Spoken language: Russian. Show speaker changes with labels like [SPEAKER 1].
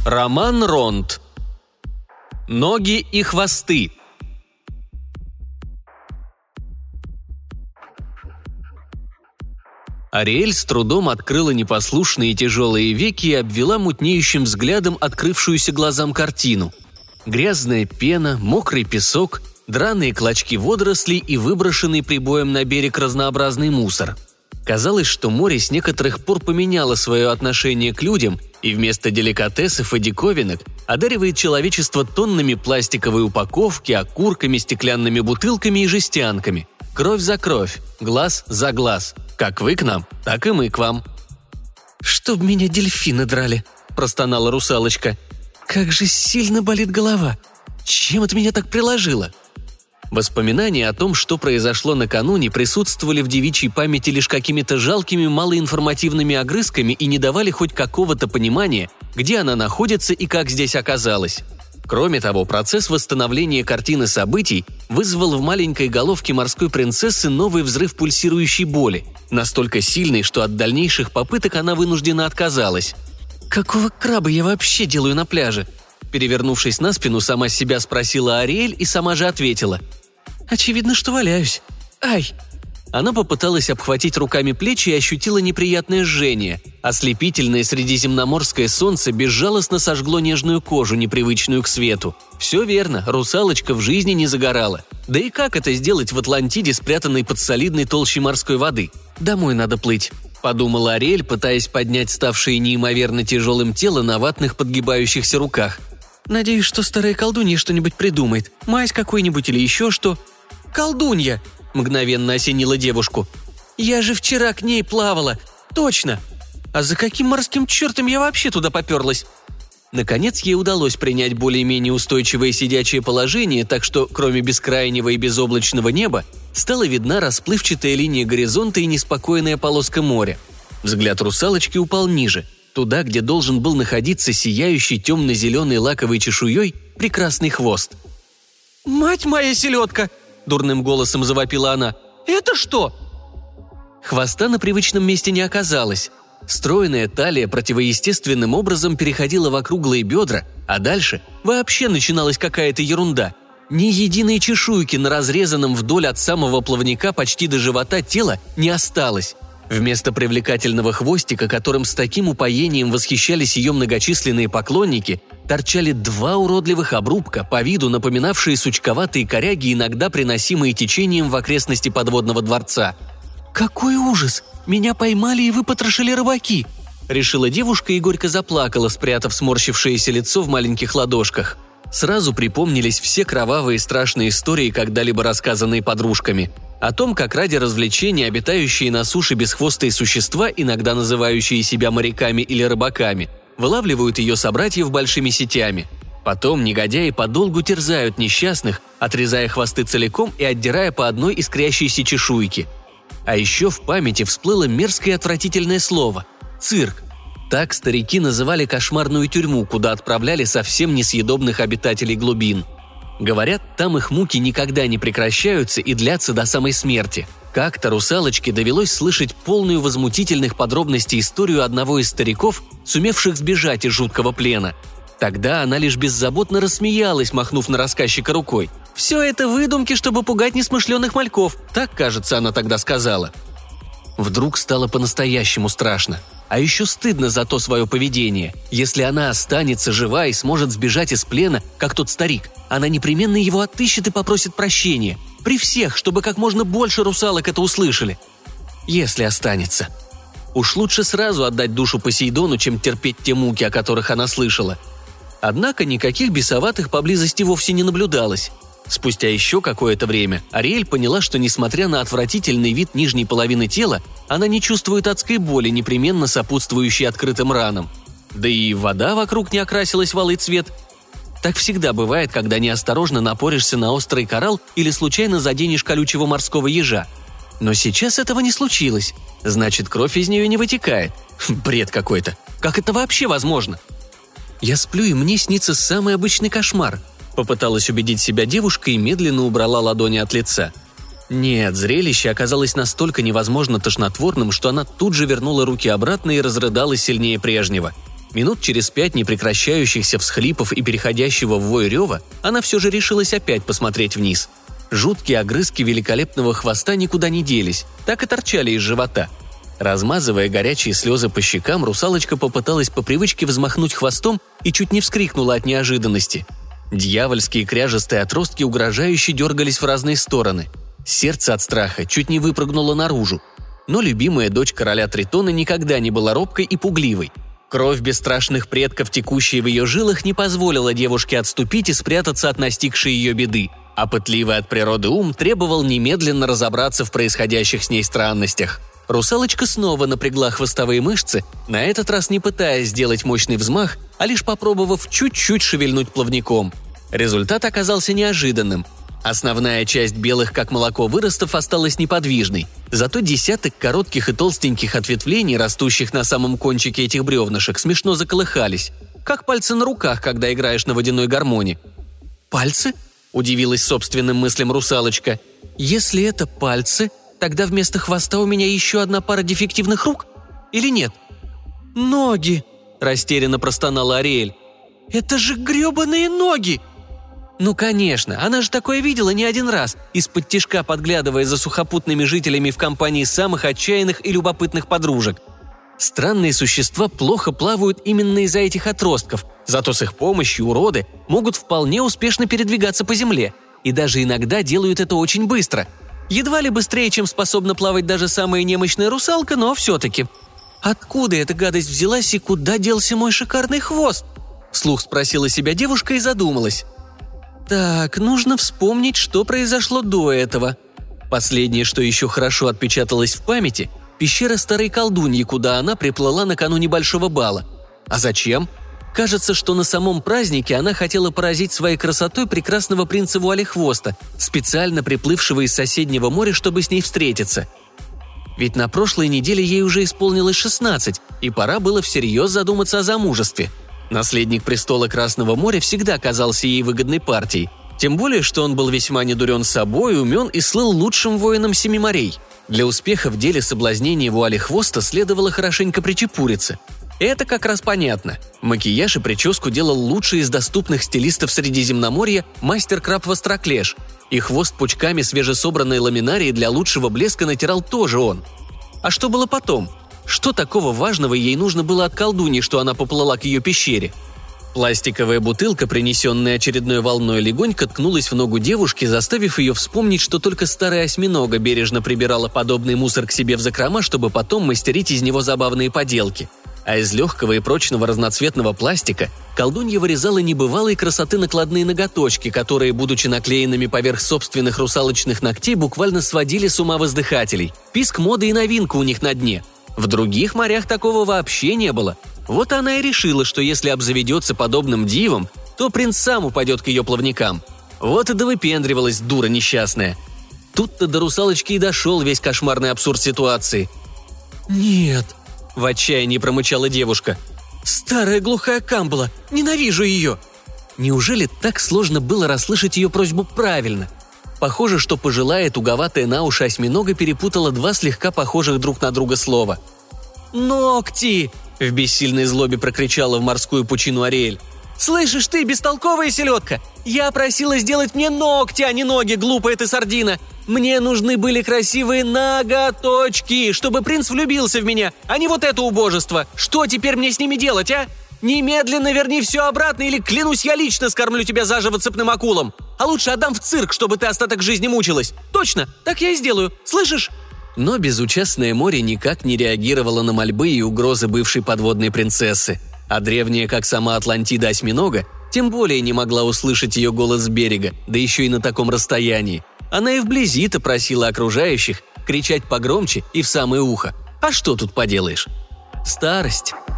[SPEAKER 1] Роман Ронд. Ноги и хвосты. Ариэль с трудом открыла непослушные тяжелые веки и обвела мутнеющим взглядом открывшуюся глазам картину. Грязная пена, мокрый песок, драные клочки водорослей и выброшенный прибоем на берег разнообразный мусор. Казалось, что море с некоторых пор поменяло свое отношение к людям и вместо деликатесов и диковинок одаривает человечество тоннами пластиковой упаковки, окурками, стеклянными бутылками и жестянками. Кровь за кровь, глаз за глаз. Как вы к нам, так и мы к вам.
[SPEAKER 2] «Чтоб меня дельфины драли», – простонала русалочка. «Как же сильно болит голова! Чем это меня так приложило?»
[SPEAKER 1] Воспоминания о том, что произошло накануне, присутствовали в девичьей памяти лишь какими-то жалкими малоинформативными огрызками и не давали хоть какого-то понимания, где она находится и как здесь оказалась. Кроме того, процесс восстановления картины событий вызвал в маленькой головке морской принцессы новый взрыв пульсирующей боли, настолько сильный, что от дальнейших попыток она вынуждена отказалась.
[SPEAKER 2] «Какого краба я вообще делаю на пляже?»
[SPEAKER 1] Перевернувшись на спину, сама себя спросила Ариэль и сама же ответила.
[SPEAKER 2] «Очевидно, что валяюсь. Ай!»
[SPEAKER 1] Она попыталась обхватить руками плечи и ощутила неприятное жжение. Ослепительное средиземноморское солнце безжалостно сожгло нежную кожу, непривычную к свету. Все верно, русалочка в жизни не загорала. Да и как это сделать в Атлантиде, спрятанной под солидной толщей морской воды? «Домой надо плыть», – подумала Ариэль, пытаясь поднять ставшее неимоверно тяжелым тело на ватных подгибающихся руках.
[SPEAKER 2] «Надеюсь, что старая колдунья что-нибудь придумает. Мазь какой-нибудь или еще что».
[SPEAKER 1] «Колдунья!» – мгновенно осенила девушку.
[SPEAKER 2] «Я же вчера к ней плавала. Точно! А за каким морским чертом я вообще туда поперлась?»
[SPEAKER 1] Наконец ей удалось принять более-менее устойчивое сидячее положение, так что, кроме бескрайнего и безоблачного неба, стала видна расплывчатая линия горизонта и неспокойная полоска моря. Взгляд русалочки упал ниже, туда, где должен был находиться сияющий темно-зеленой лаковой чешуей прекрасный хвост.
[SPEAKER 2] «Мать моя селедка!» – дурным голосом завопила она. «Это что?»
[SPEAKER 1] Хвоста на привычном месте не оказалось. Стройная талия противоестественным образом переходила в округлые бедра, а дальше вообще начиналась какая-то ерунда. Ни единой чешуйки на разрезанном вдоль от самого плавника почти до живота тела не осталось. Вместо привлекательного хвостика, которым с таким упоением восхищались ее многочисленные поклонники, торчали два уродливых обрубка, по виду напоминавшие сучковатые коряги, иногда приносимые течением в окрестности подводного дворца.
[SPEAKER 2] «Какой ужас! Меня поймали и выпотрошили рыбаки!»
[SPEAKER 1] – решила девушка и горько заплакала, спрятав сморщившееся лицо в маленьких ладошках. Сразу припомнились все кровавые и страшные истории, когда-либо рассказанные подружками. О том, как ради развлечения обитающие на суше бесхвостые существа, иногда называющие себя моряками или рыбаками, вылавливают ее собратьев большими сетями. Потом негодяи подолгу терзают несчастных, отрезая хвосты целиком и отдирая по одной искрящейся чешуйке. А еще в памяти всплыло мерзкое и отвратительное слово – цирк. Так старики называли кошмарную тюрьму, куда отправляли совсем несъедобных обитателей глубин. Говорят, там их муки никогда не прекращаются и длятся до самой смерти. Как-то русалочке довелось слышать полную возмутительных подробностей историю одного из стариков, сумевших сбежать из жуткого плена. Тогда она лишь беззаботно рассмеялась, махнув на рассказчика рукой. «Все это выдумки, чтобы пугать несмышленых мальков», так, кажется, она тогда сказала. Вдруг стало по-настоящему страшно. А еще стыдно за то свое поведение. Если она останется жива и сможет сбежать из плена, как тот старик, она непременно его отыщет и попросит прощения. При всех, чтобы как можно больше русалок это услышали. Если останется. Уж лучше сразу отдать душу Посейдону, чем терпеть те муки, о которых она слышала. Однако никаких бесоватых поблизости вовсе не наблюдалось. Спустя еще какое-то время Ариэль поняла, что, несмотря на отвратительный вид нижней половины тела, она не чувствует адской боли, непременно сопутствующей открытым ранам. Да и вода вокруг не окрасилась в алый цвет. Так всегда бывает, когда неосторожно напоришься на острый коралл или случайно заденешь колючего морского ежа. Но сейчас этого не случилось. Значит, кровь из нее не вытекает. Бред какой-то. Как это вообще возможно? Я сплю, и мне снится самый обычный кошмар. Попыталась убедить себя девушка и медленно убрала ладони от лица. Нет, зрелище оказалось настолько невозможно тошнотворным, что она тут же вернула руки обратно и разрыдалась сильнее прежнего. Минут через 5 непрекращающихся всхлипов и переходящего в вой рева она все же решилась опять посмотреть вниз. Жуткие огрызки великолепного хвоста никуда не делись, так и торчали из живота. Размазывая горячие слезы по щекам, русалочка попыталась по привычке взмахнуть хвостом и чуть не вскрикнула от неожиданности. Дьявольские кряжестые отростки угрожающе дергались в разные стороны. Сердце от страха чуть не выпрыгнуло наружу. Но любимая дочь короля Тритона никогда не была робкой и пугливой. Кровь бесстрашных предков, текущая в ее жилах, не позволила девушке отступить и спрятаться от настигшей ее беды, а пытливый от природы ум требовал немедленно разобраться в происходящих с ней странностях. Русалочка снова напрягла хвостовые мышцы, на этот раз не пытаясь сделать мощный взмах, а лишь попробовав чуть-чуть шевельнуть плавником. Результат оказался неожиданным. Основная часть белых, как молоко, выростов осталась неподвижной, зато десяток коротких и толстеньких ответвлений, растущих на самом кончике этих бревнышек, смешно заколыхались, как пальцы на руках, когда играешь на водяной гармоне. «Пальцы?» – удивилась собственным мыслям русалочка. «Если это пальцы, тогда вместо хвоста у меня еще одна пара дефективных рук? Или нет?» «Ноги!» – растерянно простонала Ариэль. «Это же гребаные ноги!» Ну, конечно, она же такое видела не один раз, из-под тишка подглядывая за сухопутными жителями в компании самых отчаянных и любопытных подружек. Странные существа плохо плавают именно из-за этих отростков, зато с их помощью уроды могут вполне успешно передвигаться по земле, и даже иногда делают это очень быстро. Едва ли быстрее, чем способна плавать даже самая немощная русалка, но все-таки. «Откуда эта гадость взялась и куда делся мой шикарный хвост?» – вслух спросила себя девушка и задумалась. Так, нужно вспомнить, что произошло до этого. Последнее, что еще хорошо отпечаталось в памяти – пещера старой колдуньи, куда она приплыла накануне большого бала. А зачем? Кажется, что на самом празднике она хотела поразить своей красотой прекрасного принца Вуалехвоста, специально приплывшего из соседнего моря, чтобы с ней встретиться. Ведь на прошлой неделе ей уже исполнилось 16, и пора было всерьез задуматься о замужестве. Наследник престола Красного моря всегда казался ей выгодной партией, тем более, что он был весьма недурен собой, умен и слыл лучшим воином семи морей. Для успеха в деле соблазнения Вуалехвоста следовало хорошенько причепуриться. Это как раз понятно. Макияж и прическу делал лучший из доступных стилистов Средиземноморья мастер-краб Востроклеш, и хвост пучками свежесобранной ламинарии для лучшего блеска натирал тоже он. А что было потом? Что такого важного ей нужно было от колдуньи, что она поплыла к ее пещере? Пластиковая бутылка, принесенная очередной волной, легонько ткнулась в ногу девушки, заставив ее вспомнить, что только старая осьминога бережно прибирала подобный мусор к себе в закрома, чтобы потом мастерить из него забавные поделки. А из легкого и прочного разноцветного пластика колдунья вырезала небывалой красоты накладные ноготочки, которые, будучи наклеенными поверх собственных русалочных ногтей, буквально сводили с ума воздыхателей. Писк моды и новинка у них на дне. В других морях такого вообще не было. Вот она и решила, что если обзаведется подобным дивом, то принц сам упадет к ее плавникам. Вот и довыпендривалась дура несчастная. Тут-то до русалочки и дошел весь кошмарный абсурд ситуации. «Нет», – в отчаянии промычала девушка. «Старая глухая камбала! Ненавижу ее!» Неужели так сложно было расслышать ее просьбу правильно? Похоже, что пожилая туговатая на уши осьминога перепутала два слегка похожих друг на друга слова. «Ногти!» – в бессильной злобе прокричала в морскую пучину Ариэль. «Слышишь ты, бестолковая селедка? Я просила сделать мне ногти, а не ноги, глупая ты сардина! Мне нужны были красивые ноготочки, чтобы принц влюбился в меня, а не вот это убожество! Что теперь мне с ними делать, а? Немедленно верни все обратно, или, клянусь, я лично скормлю тебя заживо цепным акулам! А лучше отдам в цирк, чтобы ты остаток жизни мучилась! Точно, так я и сделаю, слышишь?» Но безучастное море никак не реагировало на мольбы и угрозы бывшей подводной принцессы, а древняя, как сама Атлантида осьминога, тем более не могла услышать ее голос с берега, да еще и на таком расстоянии. Она и вблизи-то просила окружающих кричать погромче и в самое ухо. А что тут поделаешь? Старость.